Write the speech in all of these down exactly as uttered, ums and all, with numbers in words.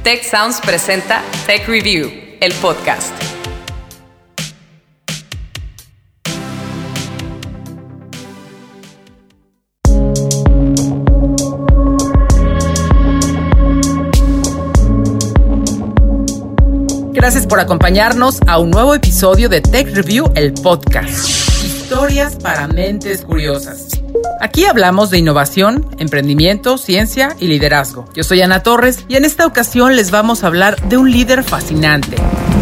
Tech Sounds presenta Tech Review, el podcast. Gracias por acompañarnos a un nuevo episodio de Tech Review, el podcast. Historias para mentes curiosas. Aquí hablamos de innovación, emprendimiento, ciencia y liderazgo. Yo soy Ana Torres y en esta ocasión les vamos a hablar de un líder fascinante.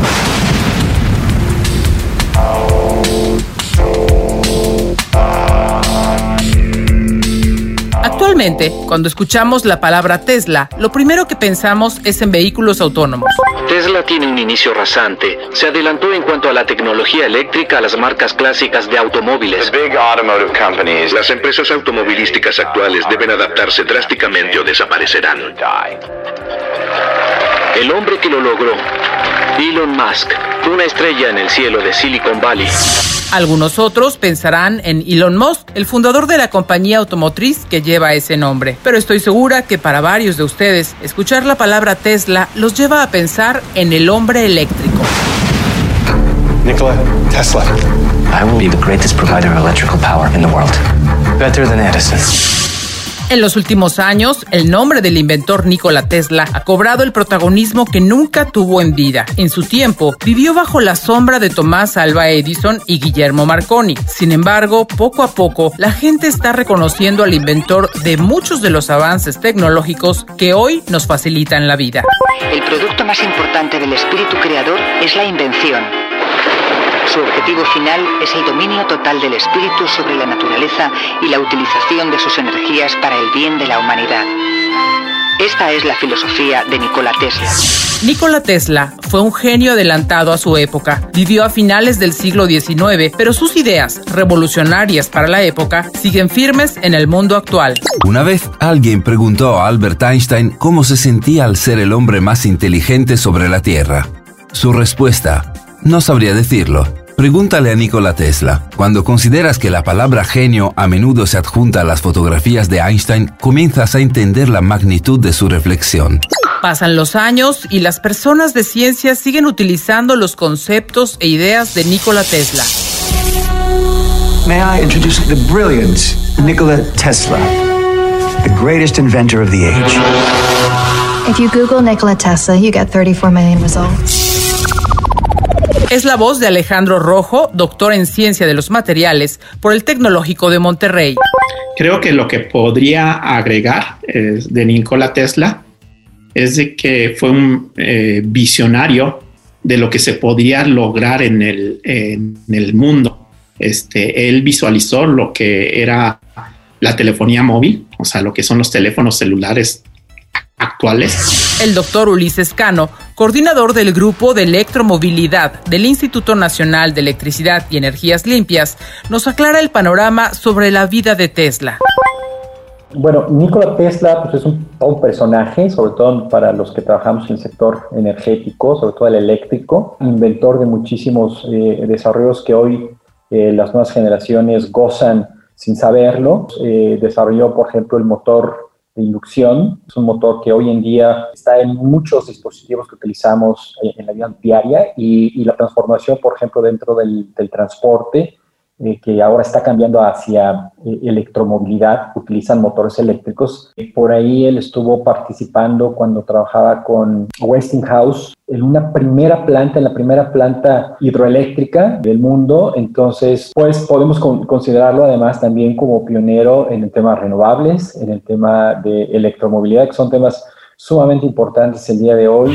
Actualmente, cuando escuchamos la palabra Tesla, lo primero que pensamos es en vehículos autónomos. Tesla tiene un inicio rasante. Se adelantó en cuanto a la tecnología eléctrica a las marcas clásicas de automóviles. Las empresas automovilísticas actuales deben adaptarse drásticamente o desaparecerán. El hombre que lo logró, Elon Musk, una estrella en el cielo de Silicon Valley. Algunos otros pensarán en Elon Musk, el fundador de la compañía automotriz que lleva ese nombre. Pero estoy segura que para varios de ustedes, escuchar la palabra Tesla los lleva a pensar en el hombre eléctrico. Nikola Tesla. I will be the greatest provider of electrical power in the world. Better than Edison. En los últimos años, el nombre del inventor Nikola Tesla ha cobrado el protagonismo que nunca tuvo en vida. En su tiempo, vivió bajo la sombra de Tomás Alva Edison y Guillermo Marconi. Sin embargo, poco a poco, la gente está reconociendo al inventor de muchos de los avances tecnológicos que hoy nos facilitan la vida. El producto más importante del espíritu creador es la invención. Su objetivo final es el dominio total del espíritu sobre la naturaleza y la utilización de sus energías para el bien de la humanidad. Esta es la filosofía de Nikola Tesla. Nikola Tesla fue un genio adelantado a su época. Vivió a finales del siglo diecinueve, pero sus ideas, revolucionarias para la época, siguen firmes en el mundo actual. Una vez alguien preguntó a Albert Einstein cómo se sentía al ser el hombre más inteligente sobre la Tierra. Su respuesta: no sabría decirlo. Pregúntale a Nikola Tesla. Cuando consideras que la palabra genio a menudo se adjunta a las fotografías de Einstein, comienzas a entender la magnitud de su reflexión. Pasan los años y las personas de ciencia siguen utilizando los conceptos e ideas de Nikola Tesla. May I introduce the brilliant Nikola Tesla, the greatest inventor of the age. If you Google Nikola Tesla, you get thirty-four million results. Es la voz de Alejandro Rojo, doctor en Ciencia de los Materiales por el Tecnológico de Monterrey. Creo que lo que podría agregar eh, de Nikola Tesla es de que fue un eh, visionario de lo que se podría lograr en el, en el mundo. Este, él visualizó lo que era la telefonía móvil, o sea, lo que son los teléfonos celulares actuales. El doctor Ulises Cano, coordinador del Grupo de Electromovilidad del Instituto Nacional de Electricidad y Energías Limpias, nos aclara el panorama sobre la vida de Tesla. Bueno, Nikola Tesla pues, es un, un personaje, sobre todo para los que trabajamos en el sector energético, sobre todo el eléctrico, inventor de muchísimos eh, desarrollos que hoy eh, las nuevas generaciones gozan sin saberlo. Eh, desarrolló, por ejemplo, el motor de inducción. Es un motor que hoy en día está en muchos dispositivos que utilizamos en la vida diaria y, y la transformación, por ejemplo, dentro del, del transporte, eh, que ahora está cambiando hacia eh, electromovilidad, utilizan motores eléctricos. Eh, por ahí él estuvo participando cuando trabajaba con Westinghouse en una primera planta, en la primera planta hidroeléctrica del mundo. Entonces, pues podemos con, considerarlo además también como pionero en el tema renovables, en el tema de electromovilidad, que son temas sumamente importantes el día de hoy.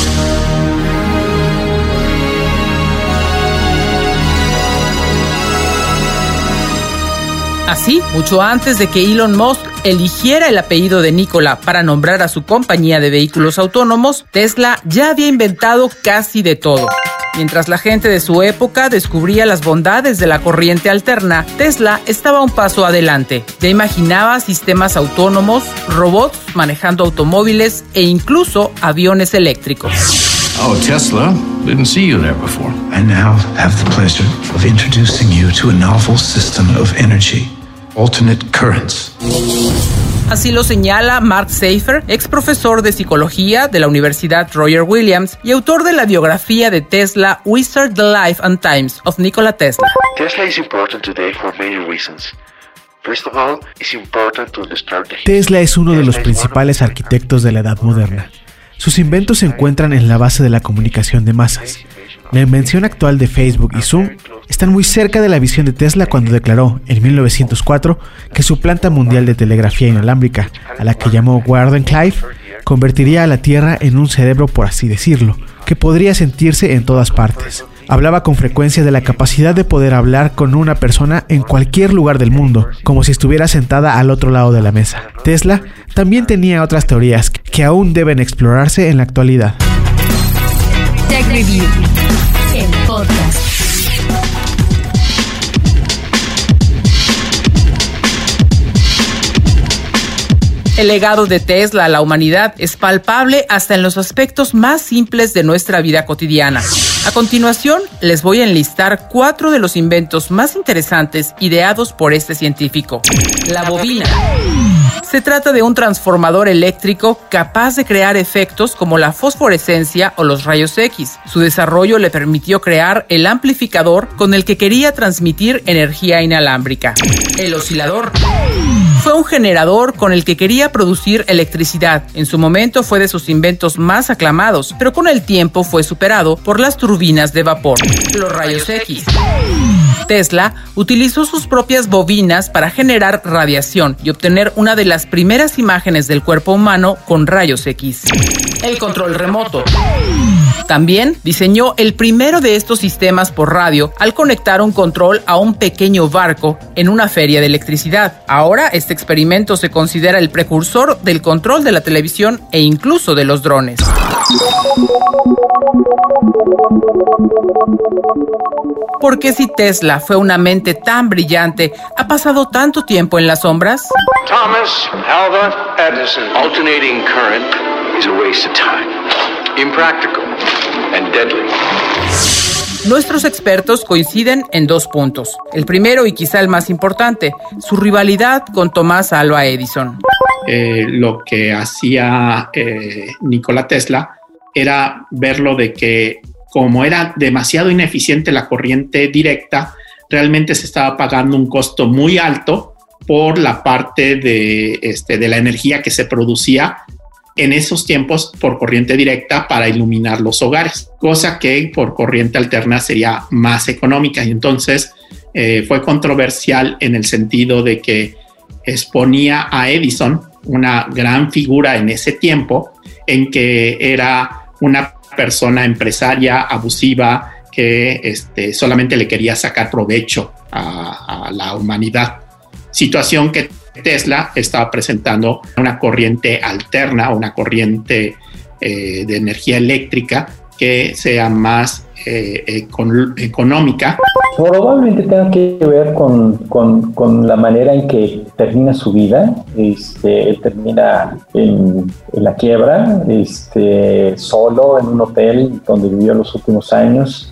Así, mucho antes de que Elon Musk eligiera el apellido de Nikola para nombrar a su compañía de vehículos autónomos, Tesla ya había inventado casi de todo. Mientras la gente de su época descubría las bondades de la corriente alterna, Tesla estaba un paso adelante. Ya imaginaba sistemas autónomos, robots manejando automóviles e incluso aviones eléctricos. Oh, Tesla. Didn't see you there before. I now have the pleasure of introducing you to a novel system of energy, alternate currents. Así lo señala Mark Seifer, ex profesor de psicología de la Universidad Roger Williams y autor de la biografía de Tesla, Wizard, The Life and Times of Nikola Tesla. Tesla is important today for many reasons. First of all, it's important to understand the... Tesla es uno de los principales arquitectos de la edad moderna. Sus inventos se encuentran en la base de la comunicación de masas. La invención actual de Facebook y Zoom están muy cerca de la visión de Tesla cuando declaró, en mil novecientos cuatro, que su planta mundial de telegrafía inalámbrica, a la que llamó Wardenclyffe, convertiría a la Tierra en un cerebro, por así decirlo, que podría sentirse en todas partes. Hablaba con frecuencia de la capacidad de poder hablar con una persona en cualquier lugar del mundo, como si estuviera sentada al otro lado de la mesa. Tesla también tenía otras teorías que aún deben explorarse en la actualidad. Tech Review, el podcast. El legado de Tesla a la humanidad es palpable hasta en los aspectos más simples de nuestra vida cotidiana. A continuación, les voy a enlistar cuatro de los inventos más interesantes ideados por este científico. La bobina. Se trata de un transformador eléctrico capaz de crear efectos como la fosforescencia o los rayos X. Su desarrollo le permitió crear el amplificador con el que quería transmitir energía inalámbrica. El oscilador. Fue un generador con el que quería producir electricidad. En su momento fue de sus inventos más aclamados, pero con el tiempo fue superado por las turbinas de vapor. Los rayos X. Tesla utilizó sus propias bobinas para generar radiación y obtener una de las primeras imágenes del cuerpo humano con rayos X. El control remoto. También diseñó el primero de estos sistemas por radio al conectar un control a un pequeño barco en una feria de electricidad. Ahora este experimento se considera el precursor del control de la televisión e incluso de los drones. ¿Por qué si Tesla fue una mente tan brillante, ha pasado tanto tiempo en las sombras? Thomas Alva Edison. Alternating current is a waste of time. Impractical and deadly. Nuestros expertos coinciden en dos puntos. El primero y quizá el más importante, su rivalidad con Thomas Alva Edison. Eh, lo que hacía eh, Nikola Tesla era verlo de que como era demasiado ineficiente la corriente directa, realmente se estaba pagando un costo muy alto por la parte de, este, de la energía que se producía en esos tiempos por corriente directa para iluminar los hogares, cosa que por corriente alterna sería más económica. Y entonces eh, fue controversial en el sentido de que exponía a Edison, una gran figura en ese tiempo, en que era una persona empresaria abusiva que este, solamente le quería sacar provecho a, a la humanidad. Situación que Tesla estaba presentando una corriente alterna, una corriente eh, de energía eléctrica que sea más eh, econ- económica. Probablemente tenga que ver con, con, con la manera en que termina su vida. Este, él termina en, en la quiebra, este, solo en un hotel donde vivió los últimos años,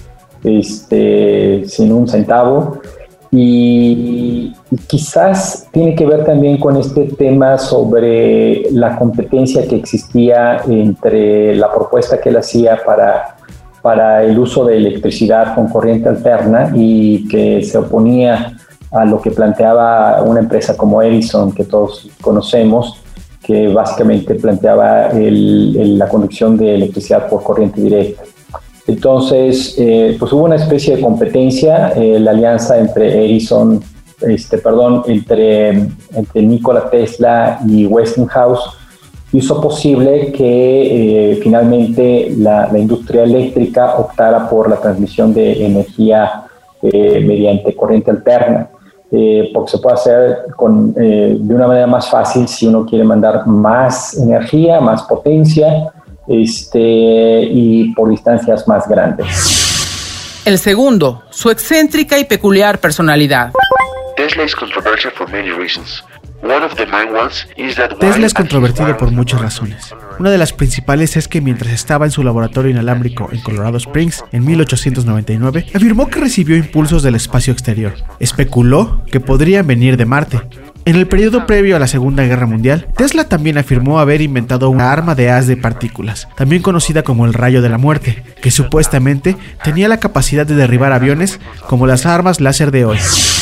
este, sin un centavo. Y, y quizás tiene que ver también con este tema sobre la competencia que existía entre la propuesta que él hacía para, para el uso de electricidad con corriente alterna y que se oponía a lo que planteaba una empresa como Edison, que todos conocemos, que básicamente planteaba el, el, la conducción de electricidad por corriente directa. Entonces, eh, pues hubo una especie de competencia, eh, la alianza entre Edison, este, perdón, entre, entre Nikola Tesla y Westinghouse hizo posible que eh, finalmente la, la industria eléctrica optara por la transmisión de energía eh, mediante corriente alterna, eh, porque se puede hacer con, eh, de una manera más fácil si uno quiere mandar más energía, más potencia, Este, y por distancias más grandes. El segundo, su excéntrica y peculiar personalidad. Tesla is controversial for many reasons. One of the main ones is that Tesla es controvertido por muchas razones. Una de las principales es que mientras estaba en su laboratorio inalámbrico en Colorado Springs en mil ochocientos noventa y nueve, afirmó que recibió impulsos del espacio exterior. Especuló que podrían venir de Marte. En el periodo previo a la Segunda Guerra Mundial, Tesla también afirmó haber inventado una arma de haz de partículas, también conocida como el rayo de la muerte, que supuestamente tenía la capacidad de derribar aviones como las armas láser de hoy.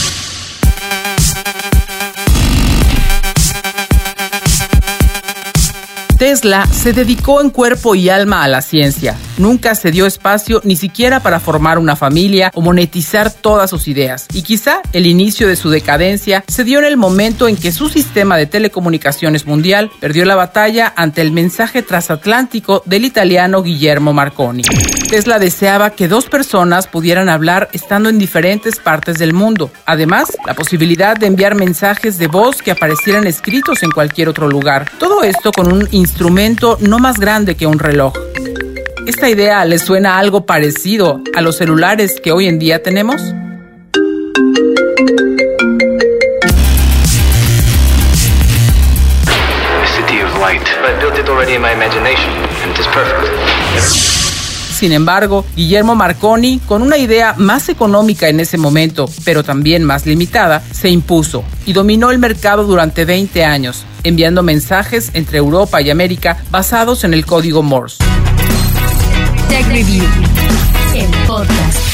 Tesla se dedicó en cuerpo y alma a la ciencia. Nunca se dio espacio ni siquiera para formar una familia o monetizar todas sus ideas. Y quizá el inicio de su decadencia se dio en el momento en que su sistema de telecomunicaciones mundial perdió la batalla ante el mensaje transatlántico del italiano Guillermo Marconi. Tesla deseaba que dos personas pudieran hablar estando en diferentes partes del mundo. Además, la posibilidad de enviar mensajes de voz que aparecieran escritos en cualquier otro lugar. Todo esto con un instrumento no más grande que un reloj. ¿Esta idea les suena algo parecido a los celulares que hoy en día tenemos? Sin embargo, Guillermo Marconi, con una idea más económica en ese momento, pero también más limitada, se impuso y dominó el mercado durante veinte años, enviando mensajes entre Europa y América basados en el código Morse. Tech Review, el podcast.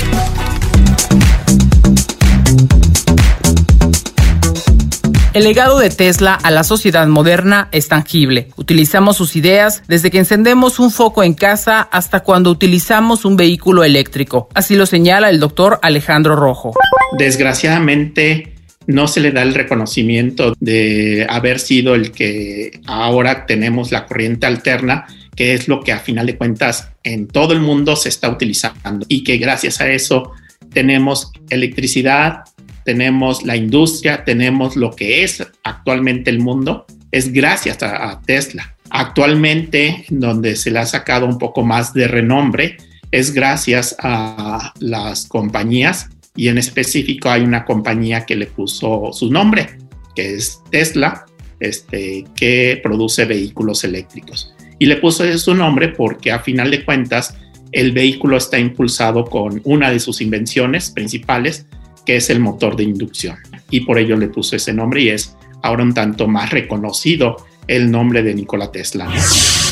El legado de Tesla a la sociedad moderna es tangible. Utilizamos sus ideas desde que encendemos un foco en casa hasta cuando utilizamos un vehículo eléctrico. Así lo señala el doctor Alejandro Rojo. Desgraciadamente, no se le da el reconocimiento de haber sido el que ahora tenemos la corriente alterna, que es lo que a final de cuentas en todo el mundo se está utilizando y que gracias a eso tenemos electricidad, tenemos la industria, tenemos lo que es actualmente el mundo, es gracias a, a Tesla. Actualmente, donde se le ha sacado un poco más de renombre, es gracias a las compañías y en específico hay una compañía que le puso su nombre, que es Tesla, este, que produce vehículos eléctricos. Y le puso su nombre porque a final de cuentas el vehículo está impulsado con una de sus invenciones principales, que es el motor de inducción. Y por ello le puso ese nombre y es ahora un tanto más reconocido el nombre de Nikola Tesla, ¿no?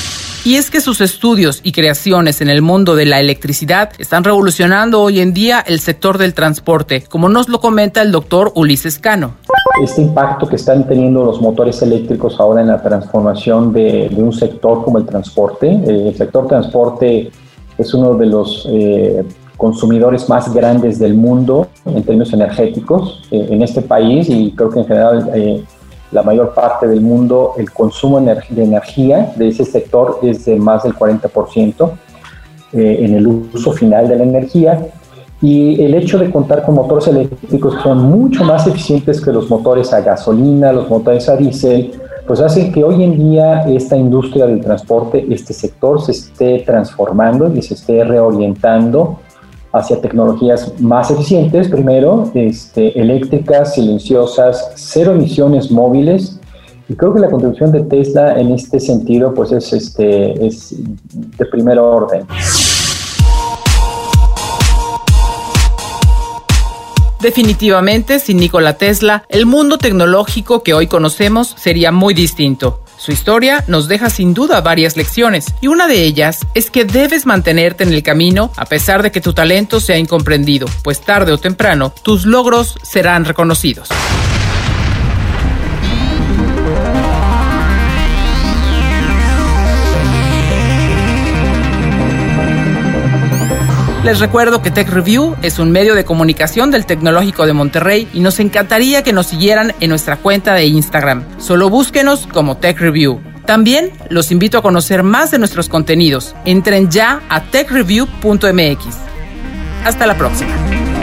Y es que sus estudios y creaciones en el mundo de la electricidad están revolucionando hoy en día el sector del transporte, como nos lo comenta el doctor Ulises Cano. Este impacto que están teniendo los motores eléctricos ahora en la transformación de, de un sector como el transporte. Eh, el sector transporte es uno de los eh, consumidores más grandes del mundo en términos energéticos eh, en este país y creo que en general eh, la mayor parte del mundo el consumo de energía de ese sector es de más del cuarenta por ciento eh, en el uso final de la energía y el hecho de contar con motores eléctricos que son mucho más eficientes que los motores a gasolina, los motores a diésel, pues hace que hoy en día esta industria del transporte, este sector se esté transformando y se esté reorientando hacia tecnologías más eficientes, primero, este, eléctricas, silenciosas, cero emisiones móviles. Y creo que la contribución de Tesla en este sentido pues es, este, es de primer orden. Definitivamente, sin Nikola Tesla, el mundo tecnológico que hoy conocemos sería muy distinto. Su historia nos deja sin duda varias lecciones, y una de ellas es que debes mantenerte en el camino a pesar de que tu talento sea incomprendido, pues tarde o temprano tus logros serán reconocidos. Les recuerdo que Tech Review es un medio de comunicación del Tecnológico de Monterrey y nos encantaría que nos siguieran en nuestra cuenta de Instagram. Solo búsquenos como Tech Review. También los invito a conocer más de nuestros contenidos. Entren ya a tech review punto m x. Hasta la próxima.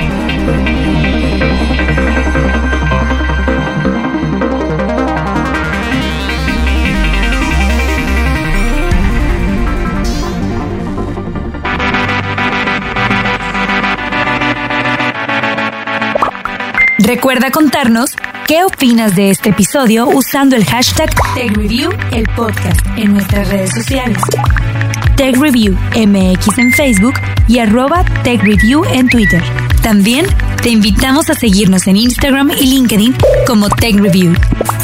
Recuerda contarnos qué opinas de este episodio usando el hashtag TechReview, el podcast, en nuestras redes sociales. TechReview M X en Facebook y arroba TechReview en Twitter. También Te invitamos a seguirnos en Instagram y LinkedIn como Tech Review.